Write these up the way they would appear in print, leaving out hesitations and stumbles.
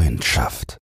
Freundschaft.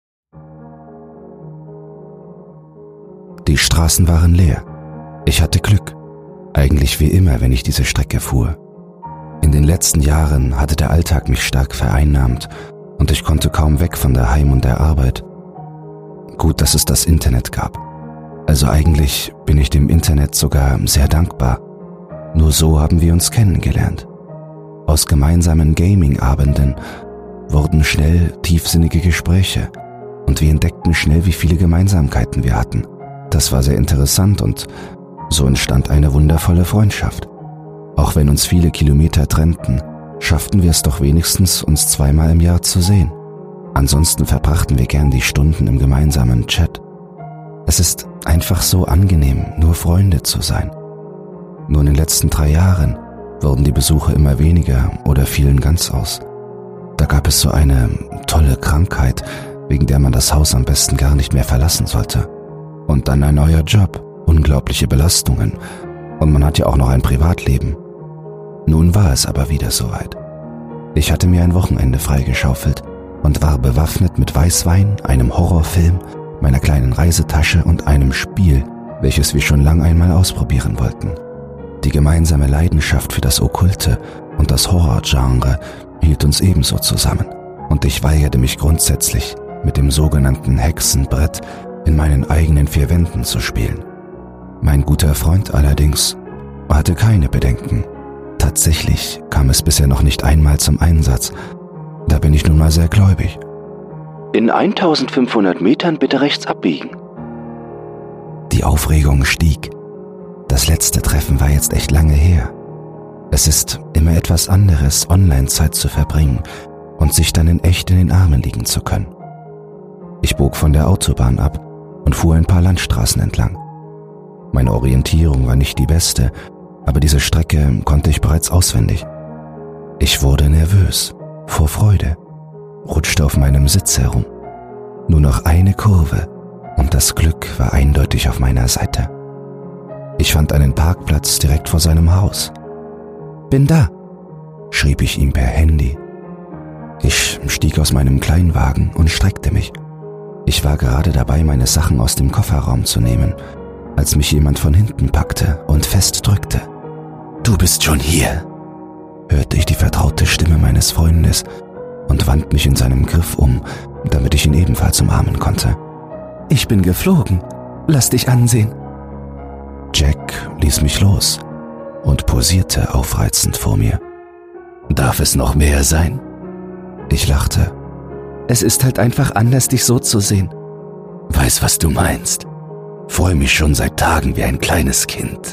Die Straßen waren leer. Ich hatte Glück. Eigentlich wie immer, wenn ich diese Strecke fuhr. In den letzten Jahren hatte der Alltag mich stark vereinnahmt und ich konnte kaum weg von daheim und der Arbeit. Gut, dass es das Internet gab. Also eigentlich bin ich dem Internet sogar sehr dankbar. Nur so haben wir uns kennengelernt. Aus gemeinsamen Gaming-Abenden wurden schnell tiefsinnige Gespräche und wir entdeckten schnell, wie viele Gemeinsamkeiten wir hatten. Das war sehr interessant und so entstand eine wundervolle Freundschaft. Auch wenn uns viele Kilometer trennten, schafften wir es doch wenigstens, uns 2-mal im Jahr zu sehen. Ansonsten verbrachten wir gern die Stunden im gemeinsamen Chat. Es ist einfach so angenehm, nur Freunde zu sein. Nur in den letzten 3 Jahren wurden die Besuche immer weniger oder fielen ganz aus. Da gab es so eine tolle Krankheit, wegen der man das Haus am besten gar nicht mehr verlassen sollte. Und dann ein neuer Job, unglaubliche Belastungen und man hat ja auch noch ein Privatleben. Nun war es aber wieder soweit. Ich hatte mir ein Wochenende freigeschaufelt und war bewaffnet mit Weißwein, einem Horrorfilm, meiner kleinen Reisetasche und einem Spiel, welches wir schon lang einmal ausprobieren wollten. Die gemeinsame Leidenschaft für das Okkulte und das Horrorgenre hielt uns ebenso zusammen und ich weigerte mich grundsätzlich, mit dem sogenannten Hexenbrett in meinen eigenen 4 Wänden zu spielen. Mein guter Freund allerdings hatte keine Bedenken. Tatsächlich kam es bisher noch nicht einmal zum Einsatz. Da bin ich nun mal sehr gläubig. In 1500 Metern bitte rechts abbiegen. Die Aufregung stieg. Das letzte Treffen war jetzt echt lange her. Es ist immer etwas anderes, Online-Zeit zu verbringen und sich dann in echt in den Armen liegen zu können. Ich bog von der Autobahn ab und fuhr ein paar Landstraßen entlang. Meine Orientierung war nicht die beste, aber diese Strecke konnte ich bereits auswendig. Ich wurde nervös, vor Freude, rutschte auf meinem Sitz herum. Nur noch eine Kurve und das Glück war eindeutig auf meiner Seite. Ich fand einen Parkplatz direkt vor seinem Haus. »Bin da«, schrieb ich ihm per Handy. Ich stieg aus meinem Kleinwagen und streckte mich. Ich war gerade dabei, meine Sachen aus dem Kofferraum zu nehmen, als mich jemand von hinten packte und fest drückte. »Du bist schon hier«, hörte ich die vertraute Stimme meines Freundes und wand mich in seinem Griff um, damit ich ihn ebenfalls umarmen konnte. »Ich bin geflogen. Lass dich ansehen.« Jack ließ mich los und posierte aufreizend vor mir. »Darf es noch mehr sein?« Ich lachte. »Es ist halt einfach anders, dich so zu sehen.« »Weiß, was du meinst. Freue mich schon seit Tagen wie ein kleines Kind.«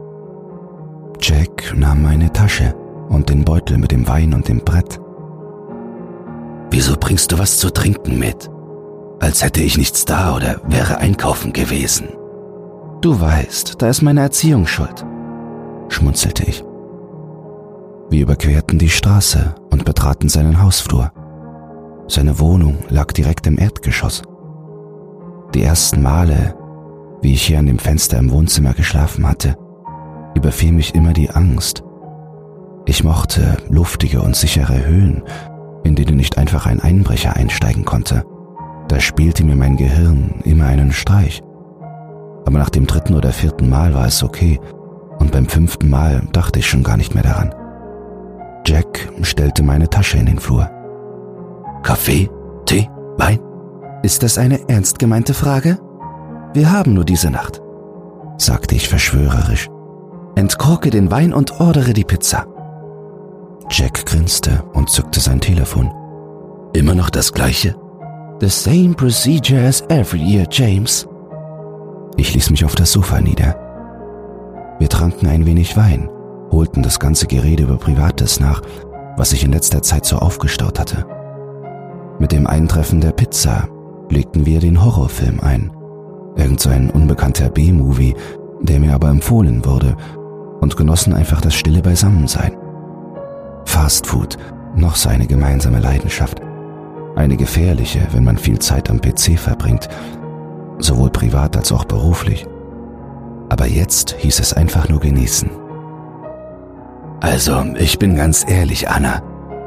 Jack nahm meine Tasche und den Beutel mit dem Wein und dem Brett. »Wieso bringst du was zu trinken mit? Als hätte ich nichts da oder wäre einkaufen gewesen.« »Du weißt, da ist meine Erziehung schuld«, schmunzelte ich. Wir überquerten die Straße und betraten seinen Hausflur. Seine Wohnung lag direkt im Erdgeschoss. Die ersten Male, wie ich hier an dem Fenster im Wohnzimmer geschlafen hatte, überfiel mich immer die Angst. Ich mochte luftige und sichere Höhen, in denen nicht einfach ein Einbrecher einsteigen konnte. Da spielte mir mein Gehirn immer einen Streich. Aber nach dem 3. oder 4. Mal war es okay und beim 5. Mal dachte ich schon gar nicht mehr daran. Jack stellte meine Tasche in den Flur. »Kaffee? Tee? Wein?« »Ist das eine ernst gemeinte Frage? Wir haben nur diese Nacht«, sagte ich verschwörerisch. »Entkorke den Wein und ordere die Pizza.« Jack grinste und zückte sein Telefon. »Immer noch das Gleiche?« »The same procedure as every year, James.« Ich ließ mich auf das Sofa nieder. Wir tranken ein wenig Wein, holten das ganze Gerede über Privates nach, was sich in letzter Zeit so aufgestaut hatte. Mit dem Eintreffen der Pizza legten wir den Horrorfilm ein, irgend so ein unbekannter B-Movie, der mir aber empfohlen wurde, und genossen einfach das stille Beisammensein. Fastfood, noch so eine gemeinsame Leidenschaft. Eine gefährliche, wenn man viel Zeit am PC verbringt, sowohl privat als auch beruflich. Aber jetzt hieß es einfach nur genießen. »Also, ich bin ganz ehrlich, Anna.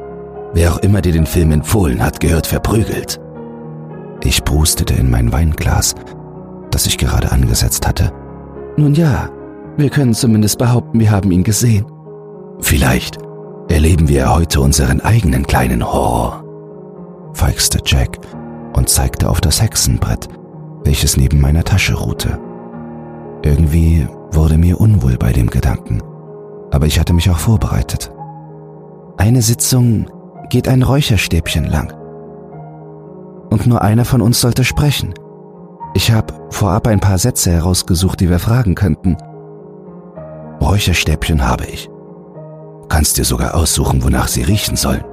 Wer auch immer dir den Film empfohlen hat, gehört verprügelt. Ich prustete in mein Weinglas, das ich gerade angesetzt hatte. Nun ja, wir können zumindest behaupten, wir haben ihn gesehen. Vielleicht erleben wir heute unseren eigenen kleinen Horror, feixte Jack und zeigte auf das Hexenbrett, welches neben meiner Tasche ruhte. Irgendwie wurde mir unwohl bei dem Gedanken, aber ich hatte mich auch vorbereitet. Eine Sitzung geht ein Räucherstäbchen lang. Und nur einer von uns sollte sprechen. Ich habe vorab ein paar Sätze herausgesucht, die wir fragen könnten. Räucherstäbchen habe ich. Kannst dir sogar aussuchen, wonach sie riechen sollen.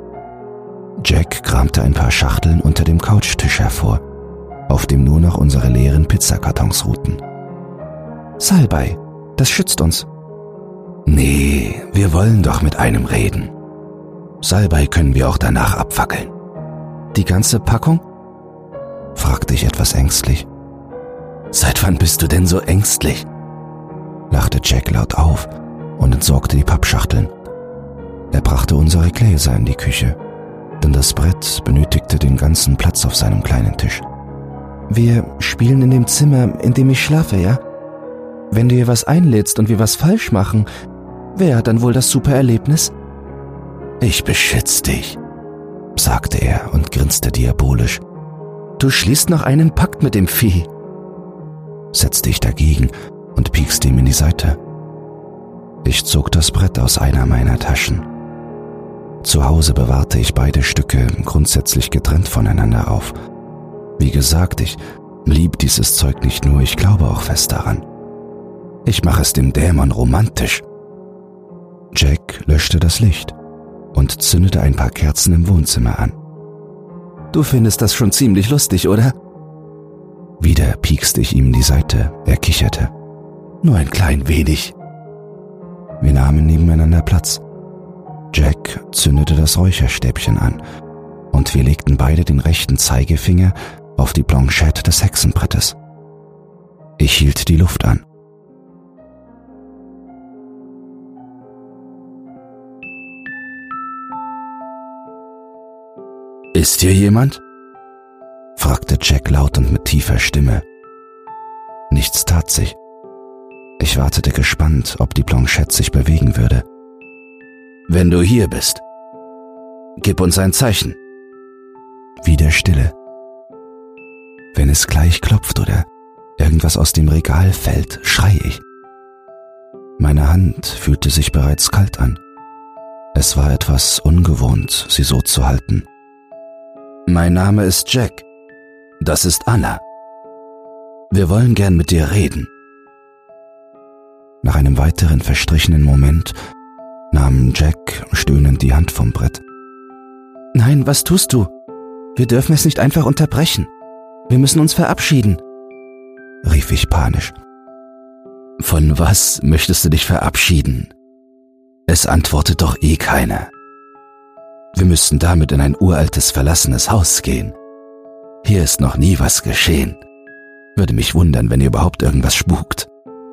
Jack kramte ein paar Schachteln unter dem Couchtisch hervor, auf dem nur noch unsere leeren Pizzakartons ruhten. Salbei, das schützt uns. Nee, wir wollen doch mit einem reden. Salbei können wir auch danach abfackeln. Die ganze Packung? Fragte ich etwas ängstlich. Seit wann bist du denn so ängstlich? Lachte Jack laut auf und entsorgte die Pappschachteln. Er brachte unsere Gläser in die Küche, denn das Brett benötigte den ganzen Platz auf seinem kleinen Tisch. Wir spielen in dem Zimmer, in dem ich schlafe, ja? Wenn du hier was einlädst und wir was falsch machen, wer hat dann wohl das super Erlebnis? Ich beschütze dich, sagte er und grinste diabolisch. Du schließt noch einen Pakt mit dem Vieh, setzte ich dagegen und piekste ihm in die Seite. Ich zog das Brett aus einer meiner Taschen. Zu Hause bewahrte ich beide Stücke grundsätzlich getrennt voneinander auf. Wie gesagt, ich liebe dieses Zeug nicht nur, ich glaube auch fest daran. Ich mache es dem Dämon romantisch. Jack löschte das Licht und zündete ein paar Kerzen im Wohnzimmer an. Du findest das schon ziemlich lustig, oder? Wieder piekste ich ihm in die Seite, er kicherte. Nur ein klein wenig. Wir nahmen nebeneinander Platz. Jack zündete das Räucherstäbchen an und wir legten beide den rechten Zeigefinger auf die Planchette des Hexenbrettes. Ich hielt die Luft an. Ist hier jemand? Fragte Jack laut und mit tiefer Stimme. Nichts tat sich. Ich wartete gespannt, ob die Planchette sich bewegen würde. Wenn du hier bist, gib uns ein Zeichen. Wieder Stille. Wenn es gleich klopft oder irgendwas aus dem Regal fällt, schreie ich. Meine Hand fühlte sich bereits kalt an. Es war etwas ungewohnt, sie so zu halten. Mein Name ist Jack. Das ist Anna. Wir wollen gern mit dir reden. Nach einem weiteren verstrichenen Moment nahm Jack stöhnend die Hand vom Brett. Nein, was tust du? Wir dürfen es nicht einfach unterbrechen. Wir müssen uns verabschieden, rief ich panisch. Von was möchtest du dich verabschieden? Es antwortet doch eh keiner. Wir müssten damit in ein uraltes, verlassenes Haus gehen. Hier ist noch nie was geschehen. Würde mich wundern, wenn hier überhaupt irgendwas spukt.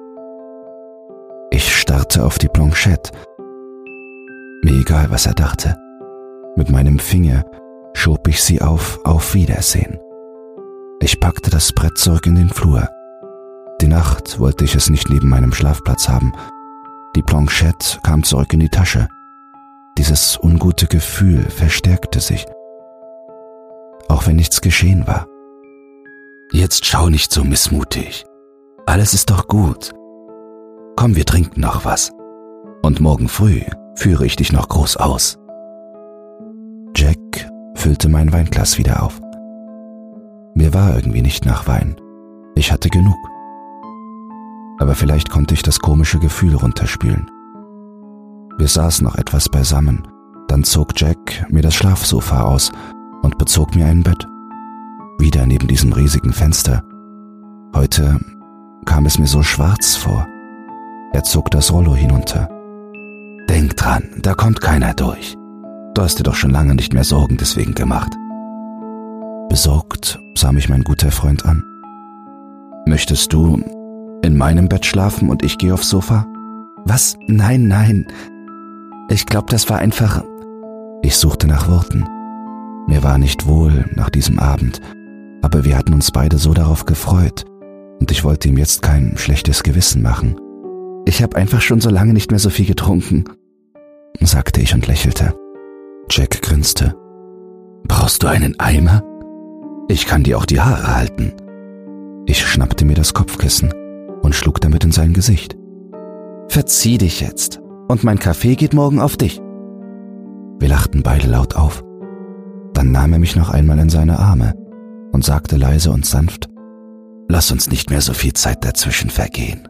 Ich starrte auf die Planchette. Mir egal, was er dachte. Mit meinem Finger schob ich sie auf Wiedersehen. Ich packte das Brett zurück in den Flur. Die Nacht wollte ich es nicht neben meinem Schlafplatz haben. Die Planchette kam zurück in die Tasche. Dieses ungute Gefühl verstärkte sich, auch wenn nichts geschehen war. Jetzt schau nicht so missmutig. Alles ist doch gut. Komm, wir trinken noch was. Und morgen früh führe ich dich noch groß aus. Jack füllte mein Weinglas wieder auf. Mir war irgendwie nicht nach Wein. Ich hatte genug. Aber vielleicht konnte ich das komische Gefühl runterspülen. Wir saßen noch etwas beisammen, dann zog Jack mir das Schlafsofa aus und bezog mir ein Bett. Wieder neben diesem riesigen Fenster. Heute kam es mir so schwarz vor. Er zog das Rollo hinunter. Denk dran, da kommt keiner durch. Du hast dir doch schon lange nicht mehr Sorgen deswegen gemacht. Besorgt sah mich mein guter Freund an. Möchtest du in meinem Bett schlafen und ich gehe aufs Sofa? Was? Nein. Ich glaube, das war einfach Ich suchte nach Worten. Mir war nicht wohl nach diesem Abend, aber wir hatten uns beide so darauf gefreut und ich wollte ihm jetzt kein schlechtes Gewissen machen. »Ich habe einfach schon so lange nicht mehr so viel getrunken«, sagte ich und lächelte. Jack grinste. »Brauchst du einen Eimer? Ich kann dir auch die Haare halten.« Ich schnappte mir das Kopfkissen und schlug damit in sein Gesicht. »Verzieh dich jetzt und mein Kaffee geht morgen auf dich.« Wir lachten beide laut auf. Dann nahm er mich noch einmal in seine Arme und sagte leise und sanft: »Lass uns nicht mehr so viel Zeit dazwischen vergehen.«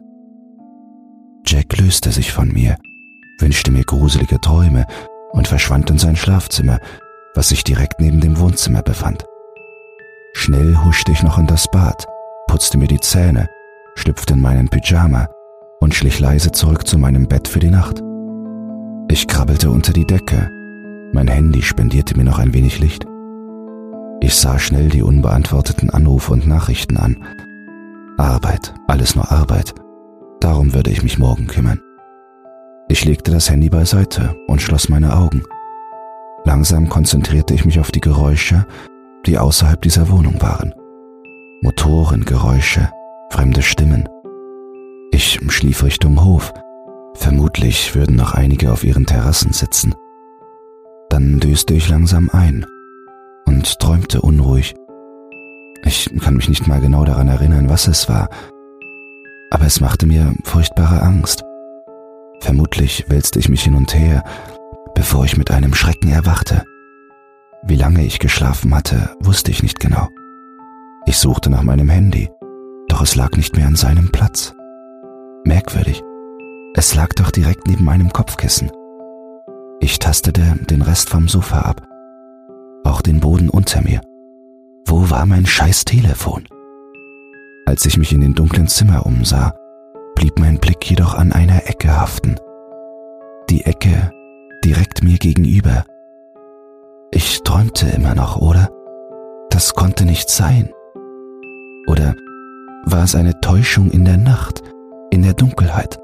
Jack löste sich von mir, wünschte mir gruselige Träume und verschwand in sein Schlafzimmer, was sich direkt neben dem Wohnzimmer befand. Schnell huschte ich noch in das Bad, putzte mir die Zähne, schlüpfte in meinen Pyjama und schlich leise zurück zu meinem Bett für die Nacht. Ich krabbelte unter die Decke, mein Handy spendierte mir noch ein wenig Licht. Ich sah schnell die unbeantworteten Anrufe und Nachrichten an. Arbeit, alles nur Arbeit. Darum würde ich mich morgen kümmern. Ich legte das Handy beiseite und schloss meine Augen. Langsam konzentrierte ich mich auf die Geräusche, die außerhalb dieser Wohnung waren. Motorengeräusche, fremde Stimmen. Ich schlief Richtung Hof. Vermutlich würden noch einige auf ihren Terrassen sitzen. Dann döste ich langsam ein und träumte unruhig. Ich kann mich nicht mal genau daran erinnern, was es war, aber es machte mir furchtbare Angst. Vermutlich wälzte ich mich hin und her, bevor ich mit einem Schrecken erwachte. Wie lange ich geschlafen hatte, wusste ich nicht genau. Ich suchte nach meinem Handy, doch es lag nicht mehr an seinem Platz. Merkwürdig, es lag doch direkt neben meinem Kopfkissen. Ich tastete den Rest vom Sofa ab, auch den Boden unter mir. Wo war mein scheiß Telefon? Als ich mich in den dunklen Zimmer umsah, blieb mein Blick jedoch an einer Ecke haften. Die Ecke direkt mir gegenüber. Ich träumte immer noch, oder? Das konnte nicht sein. Oder war es eine Täuschung in der Nacht, in der Dunkelheit?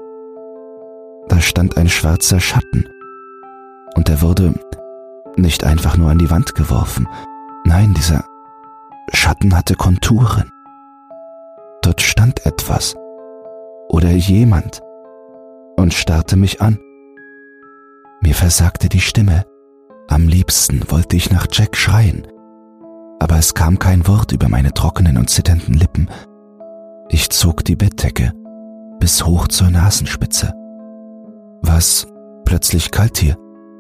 Da stand ein schwarzer Schatten und er wurde nicht einfach nur an die Wand geworfen. Nein, dieser Schatten hatte Konturen. Dort stand etwas oder jemand und starrte mich an. Mir versagte die Stimme. Am liebsten wollte ich nach Jack schreien, aber es kam kein Wort über meine trockenen und zitternden Lippen. Ich zog die Bettdecke bis hoch zur Nasenspitze. War es plötzlich kalt hier?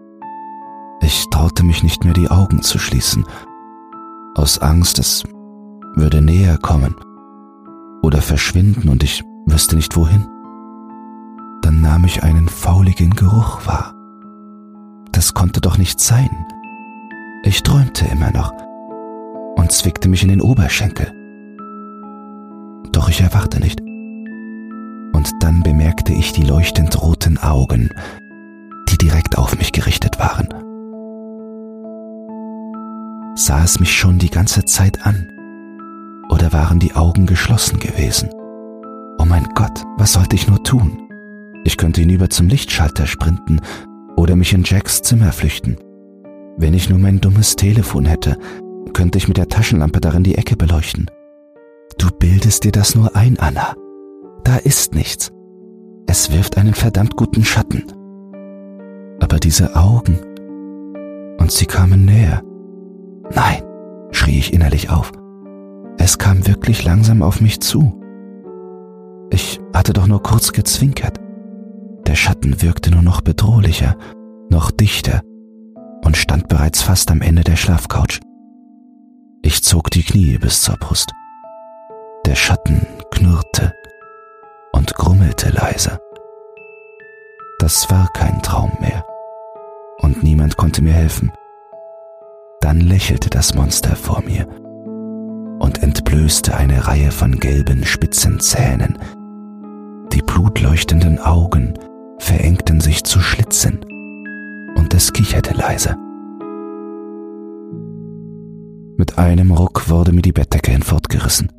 Ich traute mich nicht mehr, die Augen zu schließen, aus Angst, es würde näher kommen oder verschwinden und ich wüsste nicht wohin. Dann nahm ich einen fauligen Geruch wahr. Das konnte doch nicht sein. Ich träumte immer noch und zwickte mich in den Oberschenkel. Doch ich erwachte nicht. Und dann bemerkte ich die leuchtend roten Augen, die direkt auf mich gerichtet waren. Sah es mich schon die ganze Zeit an? Oder waren die Augen geschlossen gewesen? Oh mein Gott, was sollte ich nur tun? Ich könnte hinüber zum Lichtschalter sprinten oder mich in Jacks Zimmer flüchten. Wenn ich nur mein dummes Telefon hätte, könnte ich mit der Taschenlampe darin die Ecke beleuchten. Du bildest dir das nur ein, Anna. Da ist nichts. Es wirft einen verdammt guten Schatten. Aber diese Augen, und sie kamen näher. Nein, schrie ich innerlich auf. Es kam wirklich langsam auf mich zu. Ich hatte doch nur kurz gezwinkert. Der Schatten wirkte nur noch bedrohlicher, noch dichter und stand bereits fast am Ende der Schlafcouch. Ich zog die Knie bis zur Brust. Der Schatten knurrte und grummelte leise. Das war kein Traum mehr und niemand konnte mir helfen. Dann lächelte das Monster vor mir und entblößte eine Reihe von gelben, spitzen Zähnen. Die blutleuchtenden Augen verengten sich zu Schlitzen und es kicherte leise. Mit einem Ruck wurde mir die Bettdecke hinfortgerissen.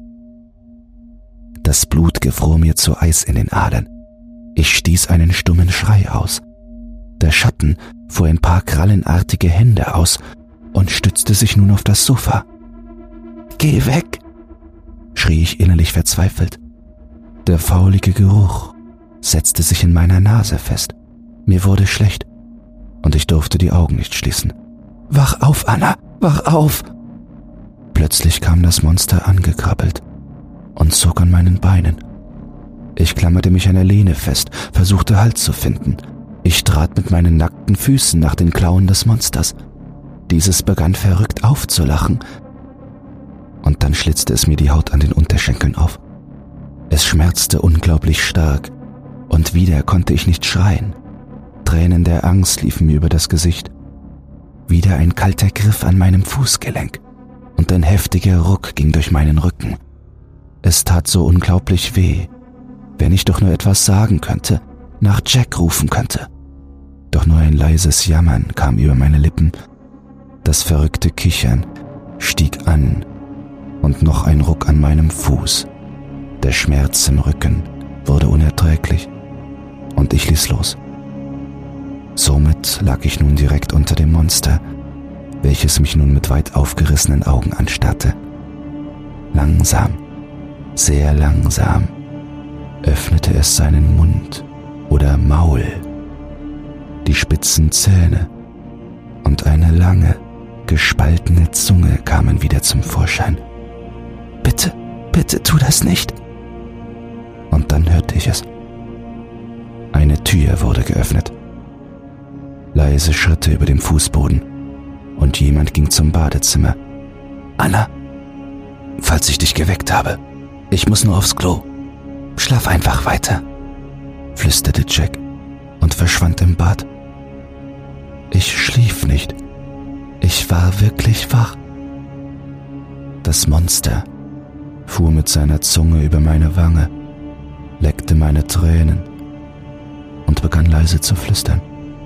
Das Blut gefror mir zu Eis in den Adern. Ich stieß einen stummen Schrei aus. Der Schatten fuhr ein paar krallenartige Hände aus und stützte sich nun auf das Sofa. »Geh weg«, schrie ich innerlich verzweifelt. Der faulige Geruch setzte sich in meiner Nase fest. Mir wurde schlecht und ich durfte die Augen nicht schließen. »Wach auf, Anna, wach auf!« Plötzlich kam das Monster angekrabbelt und zog an meinen Beinen. Ich klammerte mich an der Lehne fest, versuchte Halt zu finden. Ich trat mit meinen nackten Füßen nach den Klauen des Monsters. Dieses begann verrückt aufzulachen. Und dann schlitzte es mir die Haut an den Unterschenkeln auf. Es schmerzte unglaublich stark und wieder konnte ich nicht schreien. Tränen der Angst liefen mir über das Gesicht. Wieder ein kalter Griff an meinem Fußgelenk und ein heftiger Ruck ging durch meinen Rücken. Es tat so unglaublich weh. Wenn ich doch nur etwas sagen könnte, nach Jack rufen könnte. Doch nur ein leises Jammern kam über meine Lippen. Das verrückte Kichern stieg an und noch ein Ruck an meinem Fuß. Der Schmerz im Rücken wurde unerträglich und ich ließ los. Somit lag ich nun direkt unter dem Monster, welches mich nun mit weit aufgerissenen Augen anstarrte. Langsam, sehr langsam, öffnete es seinen Mund oder Maul. Die spitzen Zähne und eine lange, gespaltene Zunge kamen wieder zum Vorschein. »Bitte, bitte tu das nicht!« Und dann hörte ich es. Eine Tür wurde geöffnet. Leise Schritte über dem Fußboden und jemand ging zum Badezimmer. »Anna, falls ich dich geweckt habe, ich muss nur aufs Klo. Schlaf einfach weiter«, flüsterte Jack und verschwand im Bad. Ich schlief nicht. Ich war wirklich wach. Das Monster fuhr mit seiner Zunge über meine Wange, leckte meine Tränen und begann leise zu flüstern.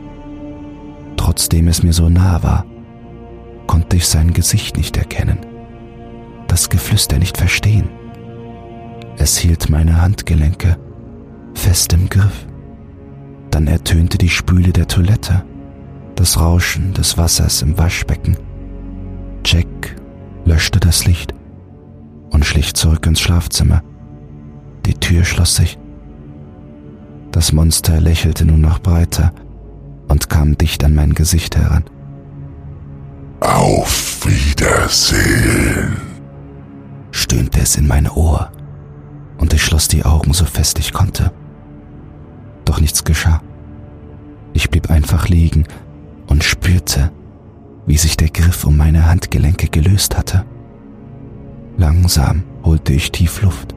Trotzdem es mir so nah war, konnte ich sein Gesicht nicht erkennen, das Geflüster nicht verstehen. Es hielt meine Handgelenke fest im Griff. Dann ertönte die Spüle der Toilette, das Rauschen des Wassers im Waschbecken. Jack löschte das Licht und schlich zurück ins Schlafzimmer. Die Tür schloss sich. Das Monster lächelte nun noch breiter und kam dicht an mein Gesicht heran. »Auf Wiedersehen«, stöhnte es in mein Ohr, und ich schloss die Augen so fest ich konnte. Doch nichts geschah. Ich blieb einfach liegen und spürte, wie sich der Griff um meine Handgelenke gelöst hatte. Langsam holte ich tief Luft.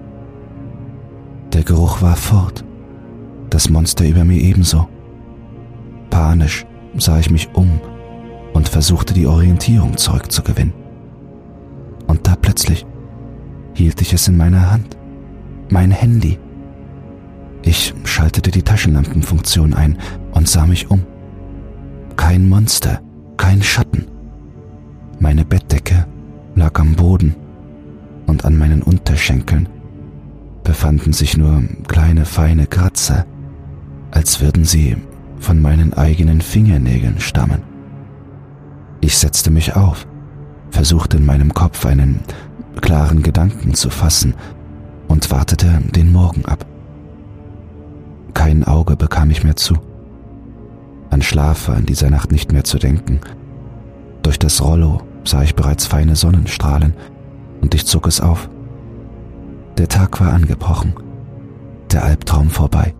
Der Geruch war fort, das Monster über mir ebenso. Panisch sah ich mich um und versuchte die Orientierung zurückzugewinnen. Und da plötzlich hielt ich es in meiner Hand, mein Handy. Ich schaltete die Taschenlampenfunktion ein und sah mich um. Kein Monster, kein Schatten. Meine Bettdecke lag am Boden und an meinen Unterschenkeln befanden sich nur kleine feine Kratzer, als würden sie von meinen eigenen Fingernägeln stammen. Ich setzte mich auf, versuchte in meinem Kopf einen klaren Gedanken zu fassen und wartete den Morgen ab. Kein Auge bekam ich mehr zu. An Schlaf war in dieser Nacht nicht mehr zu denken. Durch das Rollo sah ich bereits feine Sonnenstrahlen und ich zog es auf. Der Tag war angebrochen, der Albtraum vorbei.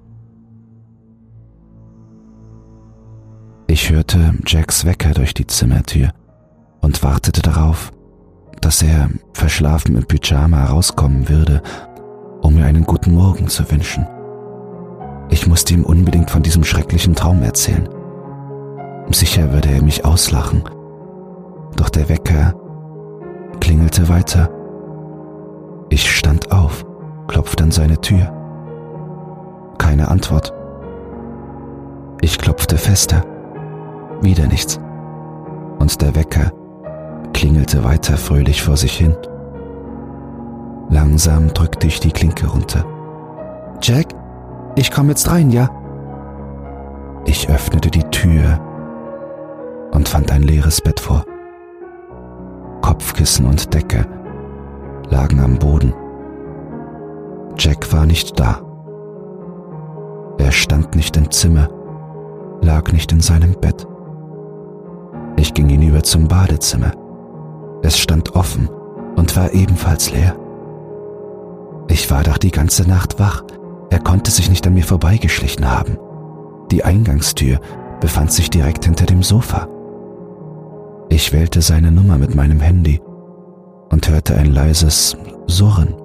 Ich hörte Jacks Wecker durch die Zimmertür und wartete darauf, dass er verschlafen im Pyjama herauskommen würde, um mir einen guten Morgen zu wünschen. Ich musste ihm unbedingt von diesem schrecklichen Traum erzählen. Sicher würde er mich auslachen, doch der Wecker klingelte weiter. Ich stand auf, klopfte an seine Tür. Keine Antwort. Ich klopfte fester. Wieder nichts. Und der Wecker klingelte weiter fröhlich vor sich hin. Langsam drückte ich die Klinke runter. »Jack, ich komme jetzt rein, ja?« Ich öffnete die Tür und fand ein leeres Bett vor. Kopfkissen und Decke lagen am Boden. Jack war nicht da. Er stand nicht im Zimmer, lag nicht in seinem Bett. Ich ging hinüber zum Badezimmer. Es stand offen und war ebenfalls leer. Ich war doch die ganze Nacht wach. Er konnte sich nicht an mir vorbeigeschlichen haben. Die Eingangstür befand sich direkt hinter dem Sofa. Ich wählte seine Nummer mit meinem Handy und hörte ein leises Surren.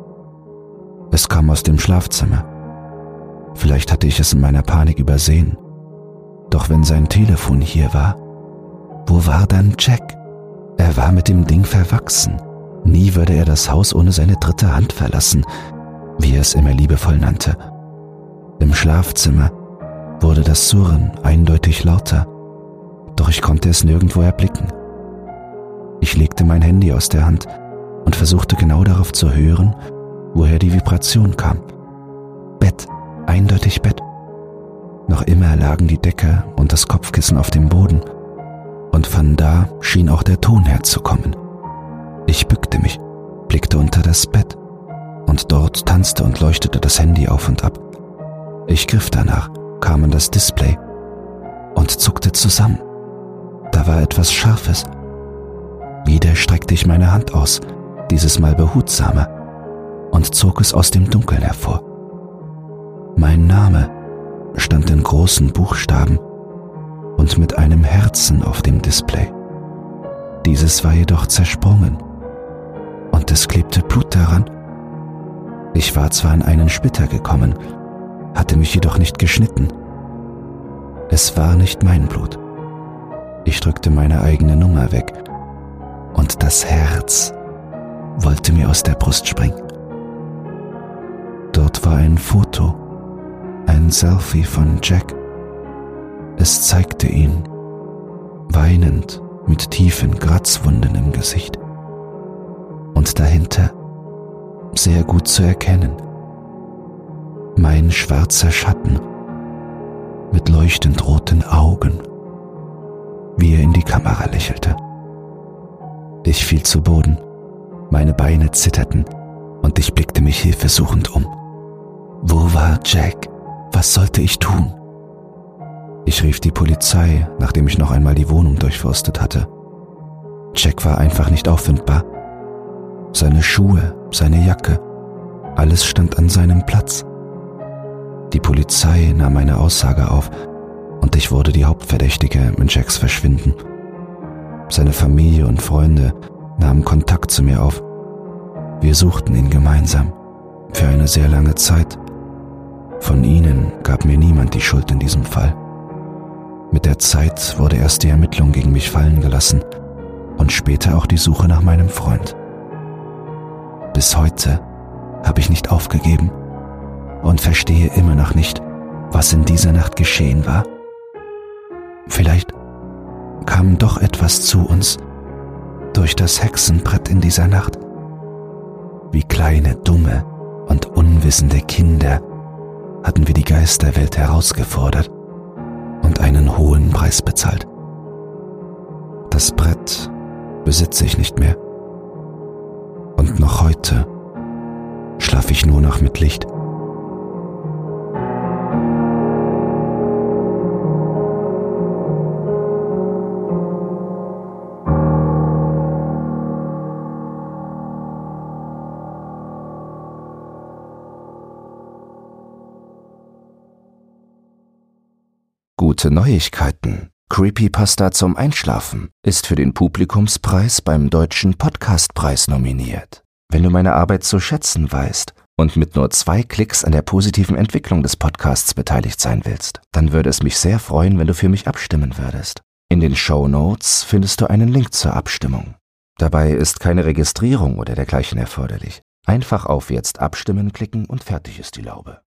Es kam aus dem Schlafzimmer. Vielleicht hatte ich es in meiner Panik übersehen. Doch wenn sein Telefon hier war, wo war dann Jack? Er war mit dem Ding verwachsen. Nie würde er das Haus ohne seine dritte Hand verlassen, wie er es immer liebevoll nannte. Im Schlafzimmer wurde das Surren eindeutig lauter, doch ich konnte es nirgendwo erblicken. Ich legte mein Handy aus der Hand und versuchte genau darauf zu hören, woher die Vibration kam. Bett, eindeutig Bett. Noch immer lagen die Decke und das Kopfkissen auf dem Boden, und von da schien auch der Ton herzukommen. Ich bückte mich, blickte unter das Bett, und dort tanzte und leuchtete das Handy auf und ab. Ich griff danach, kam an das Display und zuckte zusammen. Da war etwas Scharfes. Wieder streckte ich meine Hand aus, dieses Mal behutsamer, und zog es aus dem Dunkeln hervor. Mein Name stand in großen Buchstaben und mit einem Herzen auf dem Display. Dieses war jedoch zersprungen und es klebte Blut daran. Ich war zwar in einen Splitter gekommen, hatte mich jedoch nicht geschnitten. Es war nicht mein Blut. Ich drückte meine eigene Nummer weg und das Herz wollte mir aus der Brust springen. Dort war ein Foto, ein Selfie von Jack. Es zeigte ihn, weinend, mit tiefen Kratzwunden im Gesicht. Und dahinter, sehr gut zu erkennen, mein schwarzer Schatten mit leuchtend roten Augen, wie er in die Kamera lächelte. Ich fiel zu Boden, meine Beine zitterten und ich blickte mich hilfesuchend um. Wo war Jack? Was sollte ich tun? Ich rief die Polizei, nachdem ich noch einmal die Wohnung durchforstet hatte. Jack war einfach nicht auffindbar. Seine Schuhe, seine Jacke, alles stand an seinem Platz. Die Polizei nahm meine Aussage auf und ich wurde die Hauptverdächtige mit Jacks Verschwinden. Seine Familie und Freunde nahmen Kontakt zu mir auf. Wir suchten ihn gemeinsam, für eine sehr lange Zeit. Von ihnen gab mir niemand die Schuld in diesem Fall. Mit der Zeit wurde erst die Ermittlung gegen mich fallen gelassen und später auch die Suche nach meinem Freund. Bis heute habe ich nicht aufgegeben und verstehe immer noch nicht, was in dieser Nacht geschehen war. Vielleicht kam doch etwas zu uns durch das Hexenbrett in dieser Nacht. Wie kleine, dumme und unwissende Kinder hatten wir die Geisterwelt herausgefordert und einen hohen Preis bezahlt. Das Brett besitze ich nicht mehr. Und noch heute schlafe ich nur noch mit Licht. Gute Neuigkeiten. Creepypasta zum Einschlafen ist für den Publikumspreis beim Deutschen Podcastpreis nominiert. Wenn du meine Arbeit zu schätzen weißt und mit nur 2 Klicks an der positiven Entwicklung des Podcasts beteiligt sein willst, dann würde es mich sehr freuen, wenn du für mich abstimmen würdest. In den Shownotes findest du einen Link zur Abstimmung. Dabei ist keine Registrierung oder dergleichen erforderlich. Einfach auf Jetzt abstimmen klicken und fertig ist die Laube.